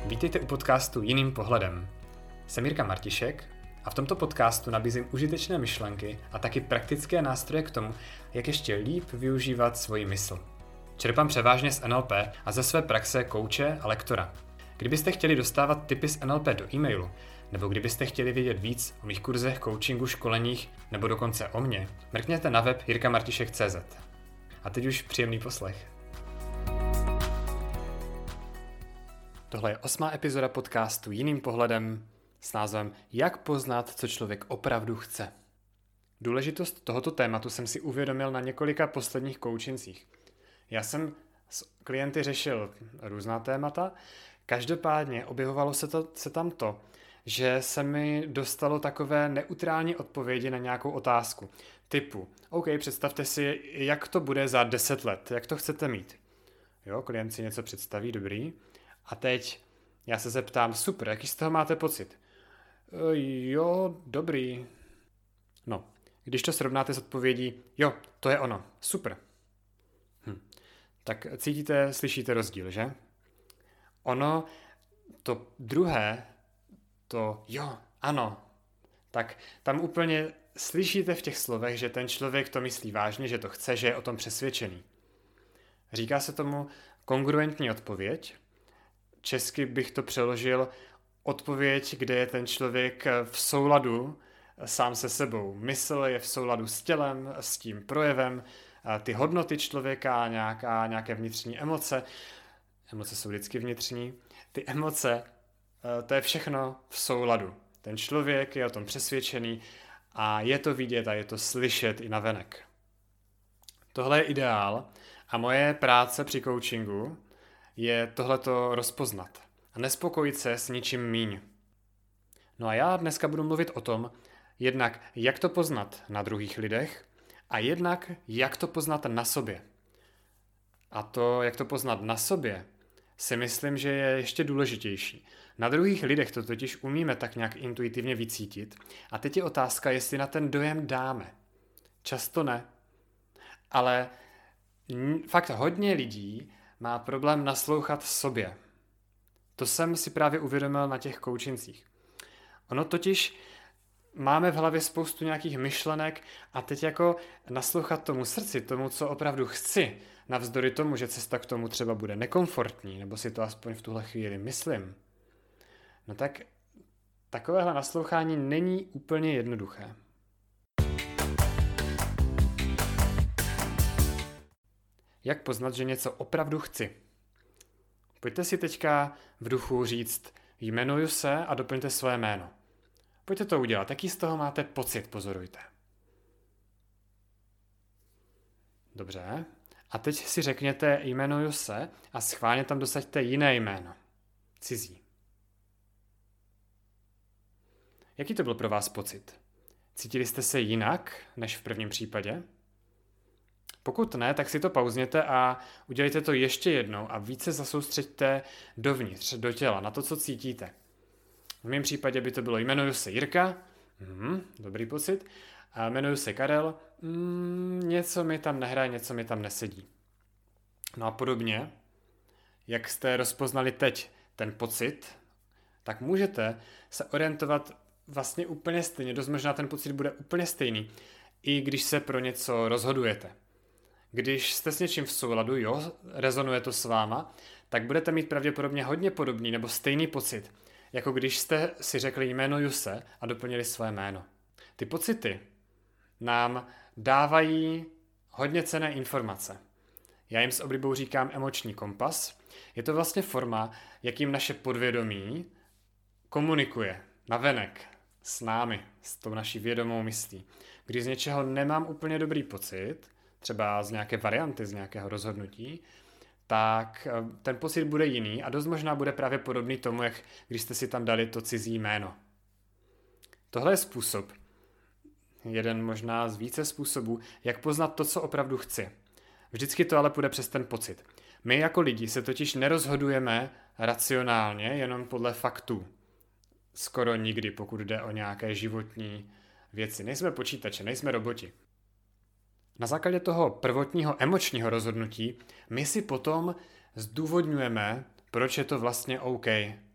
Vítejte u podcastu Jiným pohledem. Jsem Jirka Martišek a v tomto podcastu nabízím užitečné myšlenky a taky praktické nástroje k tomu, jak ještě líp využívat svoji mysl. Čerpám převážně z NLP a ze své praxe kouče a lektora. Kdybyste chtěli dostávat tipy z NLP do e-mailu, nebo kdybyste chtěli vědět víc o mých kurzech, coachingu, školeních, nebo dokonce o mně, mrkněte na web jirkamartišek.cz. A teď už příjemný poslech. Tohle je 8. epizoda podcastu Jiným pohledem s názvem Jak poznat, co člověk opravdu chce. Důležitost tohoto tématu jsem si uvědomil na několika posledních coachincích. Já jsem s klienty řešil různá témata, každopádně objevovalo se tam to, že se mi dostalo takové neutrální odpovědi na nějakou otázku. Typu, OK, představte si, jak to bude za 10 let, jak to chcete mít. Jo, klient si něco představí, dobrý. A teď já se zeptám, super, jaký z toho máte pocit? Jo, dobrý. No, když to srovnáte s odpovědí, jo, to je ono, super. Tak cítíte, slyšíte rozdíl, že? Ono, to druhé, to jo, ano, tak tam úplně slyšíte v těch slovech, že ten člověk to myslí vážně, že to chce, že je o tom přesvědčený. Říká se tomu kongruentní odpověď. Česky bych to přeložil odpověď, kde je ten člověk v souladu sám se sebou. Mysl je v souladu s tělem, s tím projevem, ty hodnoty člověka, nějaké vnitřní emoce. Emoce jsou vždycky vnitřní. Ty emoce, to je všechno v souladu. Ten člověk je o tom přesvědčený a je to vidět a je to slyšet i navenek. Tohle je ideál a moje práce při coachingu je tohleto rozpoznat a nespokojit se s ničím míň. No a já dneska budu mluvit o tom, jednak jak to poznat na druhých lidech a jednak jak to poznat na sobě. A to, jak to poznat na sobě, si myslím, že je ještě důležitější. Na druhých lidech to totiž umíme tak nějak intuitivně vycítit a teď je otázka, jestli na ten dojem dáme. Často ne. Ale fakt hodně lidí má problém naslouchat sobě. To jsem si právě uvědomil na těch coachincích. Ono totiž máme v hlavě spoustu nějakých myšlenek a teď jako naslouchat tomu srdci, tomu, co opravdu chci, navzdory tomu, že cesta k tomu třeba bude nekomfortní, nebo si to aspoň v tuhle chvíli myslím. No tak takovéhle naslouchání není úplně jednoduché. Jak poznat, že něco opravdu chci? Pojďte si teďka v duchu říct jmenuji se a doplňte své jméno. Pojďte to udělat. Jaký z toho máte pocit, pozorujte. Dobře. A teď si řekněte jmenuji se a schválně tam dosaďte jiné jméno. Cizí. Jaký to byl pro vás pocit? Cítili jste se jinak než v prvním případě? Pokud ne, tak si to pauzněte a udělejte to ještě jednou a více zasoustřeďte dovnitř, do těla, na to, co cítíte. V mém případě by to bylo jmenuji se Jirka, dobrý pocit, a jmenuji se Karel, něco mi tam nehraje, něco mi tam nesedí. No a podobně, jak jste rozpoznali teď ten pocit, tak můžete se orientovat vlastně úplně stejně, dost možná ten pocit bude úplně stejný, i když se pro něco rozhodujete. Když jste s něčím v souladu, jo, rezonuje to s váma, tak budete mít pravděpodobně hodně podobný nebo stejný pocit, jako když jste si řekli jmenuji se a doplnili své jméno. Ty pocity nám dávají hodně cenné informace. Já jim s oblibou říkám emoční kompas. Je to vlastně forma, jakým naše podvědomí komunikuje navenek s námi, s tou naší vědomou myslí. Když z něčeho nemám úplně dobrý pocit, třeba z nějaké varianty, z nějakého rozhodnutí, tak ten pocit bude jiný a dost možná bude právě podobný tomu, jak když jste si tam dali to cizí jméno. Tohle je způsob, jeden možná z více způsobů, jak poznat to, co opravdu chci. Vždycky to ale půjde přes ten pocit. My jako lidi se totiž nerozhodujeme racionálně, jenom podle faktů. Skoro nikdy, pokud jde o nějaké životní věci. Nejsme počítače, nejsme roboti. Na základě toho prvotního emočního rozhodnutí my si potom zdůvodňujeme, proč je to vlastně OK.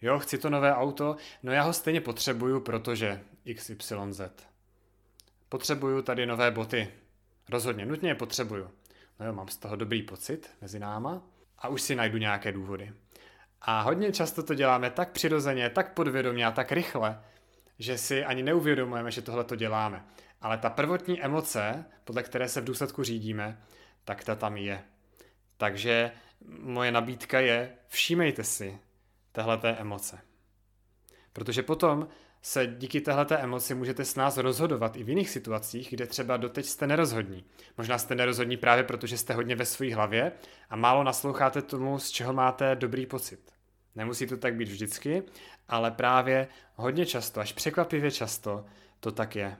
Jo, chci to nové auto, no já ho stejně potřebuju, protože XYZ. Potřebuju tady nové boty. Rozhodně, nutně je potřebuju. No jo, mám z toho dobrý pocit mezi náma a už si najdu nějaké důvody. A hodně často to děláme tak přirozeně, tak podvědomě a tak rychle, že si ani neuvědomujeme, že tohle to děláme. Ale ta prvotní emoce, podle které se v důsledku řídíme, tak ta tam je. Takže moje nabídka je, všímejte si téhleté emoce. Protože potom se díky téhleté emoci můžete s nás rozhodovat i v jiných situacích, kde třeba doteď jste nerozhodní. Možná jste nerozhodní právě proto, že jste hodně ve své hlavě a málo nasloucháte tomu, z čeho máte dobrý pocit. Nemusí to tak být vždycky, ale právě hodně často, až překvapivě často, to tak je.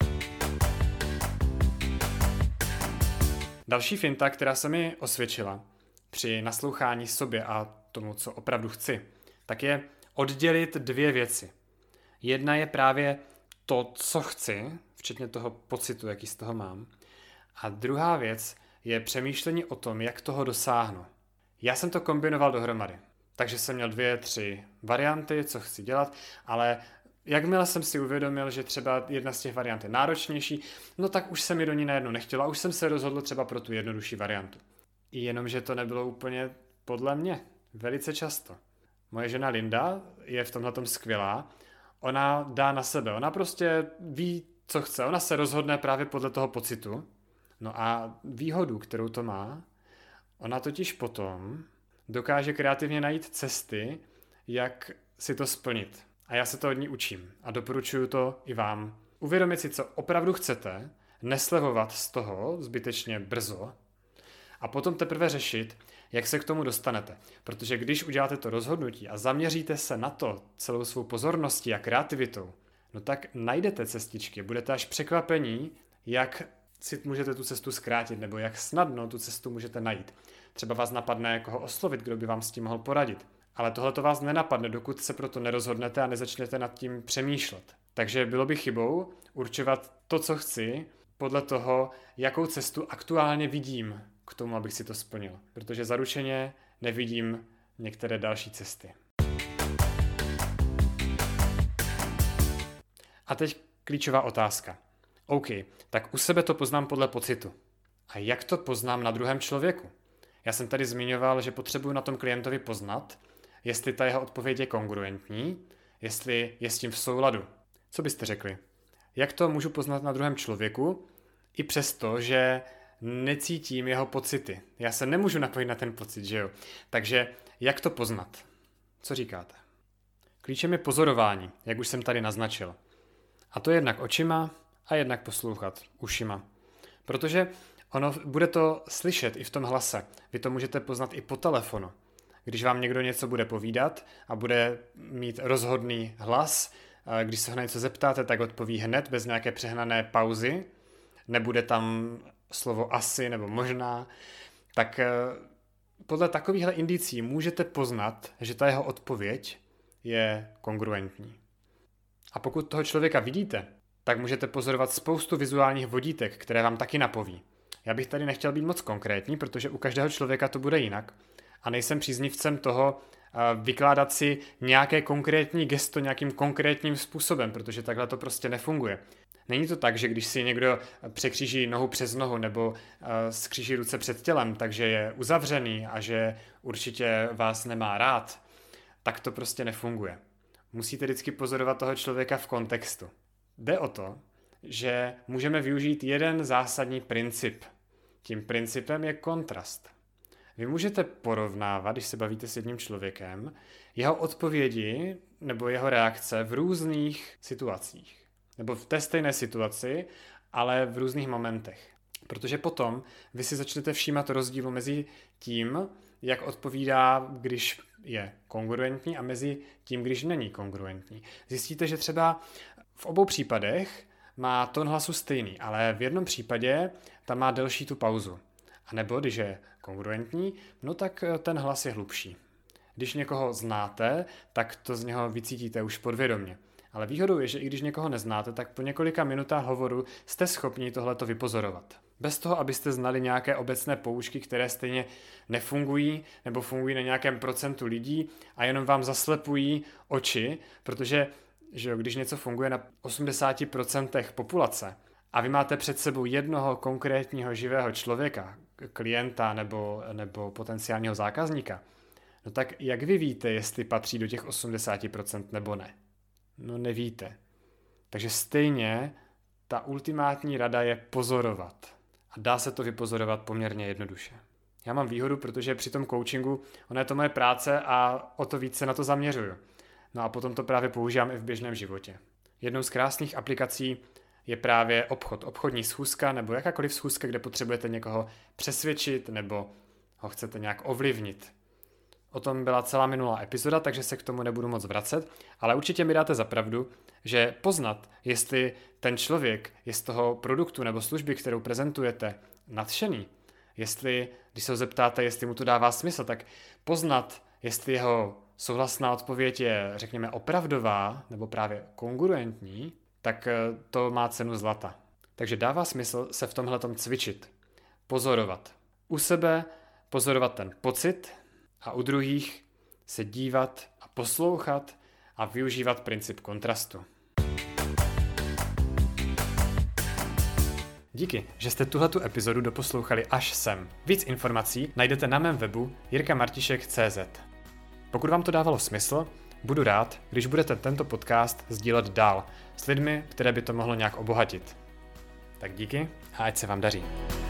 Další finta, která se mi osvědčila při naslouchání sobě a tomu, co opravdu chci, tak je oddělit dvě věci. Jedna je právě to, co chci, včetně toho pocitu, jaký z toho mám. A druhá věc je přemýšlení o tom, jak toho dosáhnu. Já jsem to kombinoval dohromady. Takže jsem měl 2, 3 varianty, co chci dělat, ale jakmile jsem si uvědomil, že třeba jedna z těch variant je náročnější, no tak už se mi do ní najednou nechtělo a už jsem se rozhodl třeba pro tu jednodušší variantu. Jenomže to nebylo úplně podle mě, velice často. Moje žena Linda je v tomhletom skvělá, ona dá na sebe, ona prostě ví, co chce, ona se rozhodne právě podle toho pocitu. No a výhodu, kterou to má, ona totiž potom dokáže kreativně najít cesty, jak si to splnit. A já se to od ní učím a doporučuju to i vám. Uvědomit si, co opravdu chcete, neslevovat z toho zbytečně brzo a potom teprve řešit, jak se k tomu dostanete. Protože když uděláte to rozhodnutí a zaměříte se na to celou svou pozorností a kreativitou, no tak najdete cestičky, budete až překvapení, jak si můžete tu cestu zkrátit nebo jak snadno tu cestu můžete najít. Třeba vás napadne koho oslovit, kdo by vám s tím mohl poradit. Ale tohle to vás nenapadne, dokud se proto nerozhodnete a nezačnete nad tím přemýšlet. Takže bylo by chybou určovat to, co chci, podle toho, jakou cestu aktuálně vidím k tomu, abych si to splnil. Protože zaručeně nevidím některé další cesty. A teď klíčová otázka. OK, tak u sebe to poznám podle pocitu. A jak to poznám na druhém člověku? Já jsem tady zmiňoval, že potřebuji na tom klientovi poznat, jestli ta jeho odpověď je kongruentní, jestli je s tím v souladu. Co byste řekli? Jak to můžu poznat na druhém člověku, i přesto, že necítím jeho pocity? Já se nemůžu napojit na ten pocit, že jo? Takže jak to poznat? Co říkáte? Klíčem je pozorování, jak už jsem tady naznačil. A to jednak očima a jednak poslouchat ušima. Protože ono bude to slyšet i v tom hlase. Vy to můžete poznat i po telefonu. Když vám někdo něco bude povídat a bude mít rozhodný hlas, když se ho na něco zeptáte, tak odpoví hned, bez nějaké přehnané pauzy. Nebude tam slovo asi nebo možná. Tak podle takovýchhle indicí můžete poznat, že ta jeho odpověď je kongruentní. A pokud toho člověka vidíte, tak můžete pozorovat spoustu vizuálních vodítek, které vám taky napoví. Já bych tady nechtěl být moc konkrétní, protože u každého člověka to bude jinak. A nejsem příznivcem toho vykládat si nějaké konkrétní gesto nějakým konkrétním způsobem, protože takhle to prostě nefunguje. Není to tak, že když si někdo překříží nohu přes nohu nebo skříží ruce před tělem, takže je uzavřený a že určitě vás nemá rád, tak to prostě nefunguje. Musíte vždycky pozorovat toho člověka v kontextu. Jde o to, že můžeme využít jeden zásadní princip. Tím principem je kontrast. Vy můžete porovnávat, když se bavíte s jedním člověkem, jeho odpovědi nebo jeho reakce v různých situacích. Nebo v té stejné situaci, ale v různých momentech. Protože potom vy si začnete všímat rozdílu mezi tím, jak odpovídá, když je kongruentní, a mezi tím, když není kongruentní. Zjistíte, že třeba v obou případech má tón hlasu stejný, ale v jednom případě tam má delší tu pauzu. A nebo když je kongruentní, no tak ten hlas je hlubší. Když někoho znáte, tak to z něho vycítíte už podvědomě. Ale výhodou je, že i když někoho neznáte, tak po několika minutách hovoru jste schopni tohleto vypozorovat. Bez toho, abyste znali nějaké obecné poučky, které stejně nefungují nebo fungují na nějakém procentu lidí a jenom vám zaslepují oči, protože že jo, když něco funguje na 80% populace a vy máte před sebou jednoho konkrétního živého člověka, klienta nebo potenciálního zákazníka, no tak jak vy víte, jestli patří do těch 80% nebo ne? No nevíte. Takže stejně ta ultimátní rada je pozorovat. A dá se to vypozorovat poměrně jednoduše. Já mám výhodu, protože při tom coachingu, ona je to moje práce a o to více na to zaměřuju. No a potom to právě používám i v běžném životě. Jednou z krásných aplikací je právě obchodní schůzka nebo jakákoliv schůzka, kde potřebujete někoho přesvědčit nebo ho chcete nějak ovlivnit. O tom byla celá minulá epizoda, takže se k tomu nebudu moc vracet, ale určitě mi dáte za pravdu, že poznat, jestli ten člověk je z toho produktu nebo služby, kterou prezentujete, nadšený, jestli, když se ho zeptáte, jestli mu to dává smysl, tak poznat, jestli jeho souhlasná odpověď je, řekněme, opravdová nebo právě kongruentní, tak to má cenu zlata. Takže dává smysl se v tomhletom cvičit, pozorovat. U sebe pozorovat ten pocit a u druhých se dívat a poslouchat a využívat princip kontrastu. Díky, že jste tuhletu epizodu doposlouchali až sem. Víc informací najdete na mém webu jirkamartišek.cz. Pokud vám to dávalo smysl, budu rád, když budete tento podcast sdílet dál s lidmi, které by to mohlo nějak obohatit. Tak díky a ať se vám daří.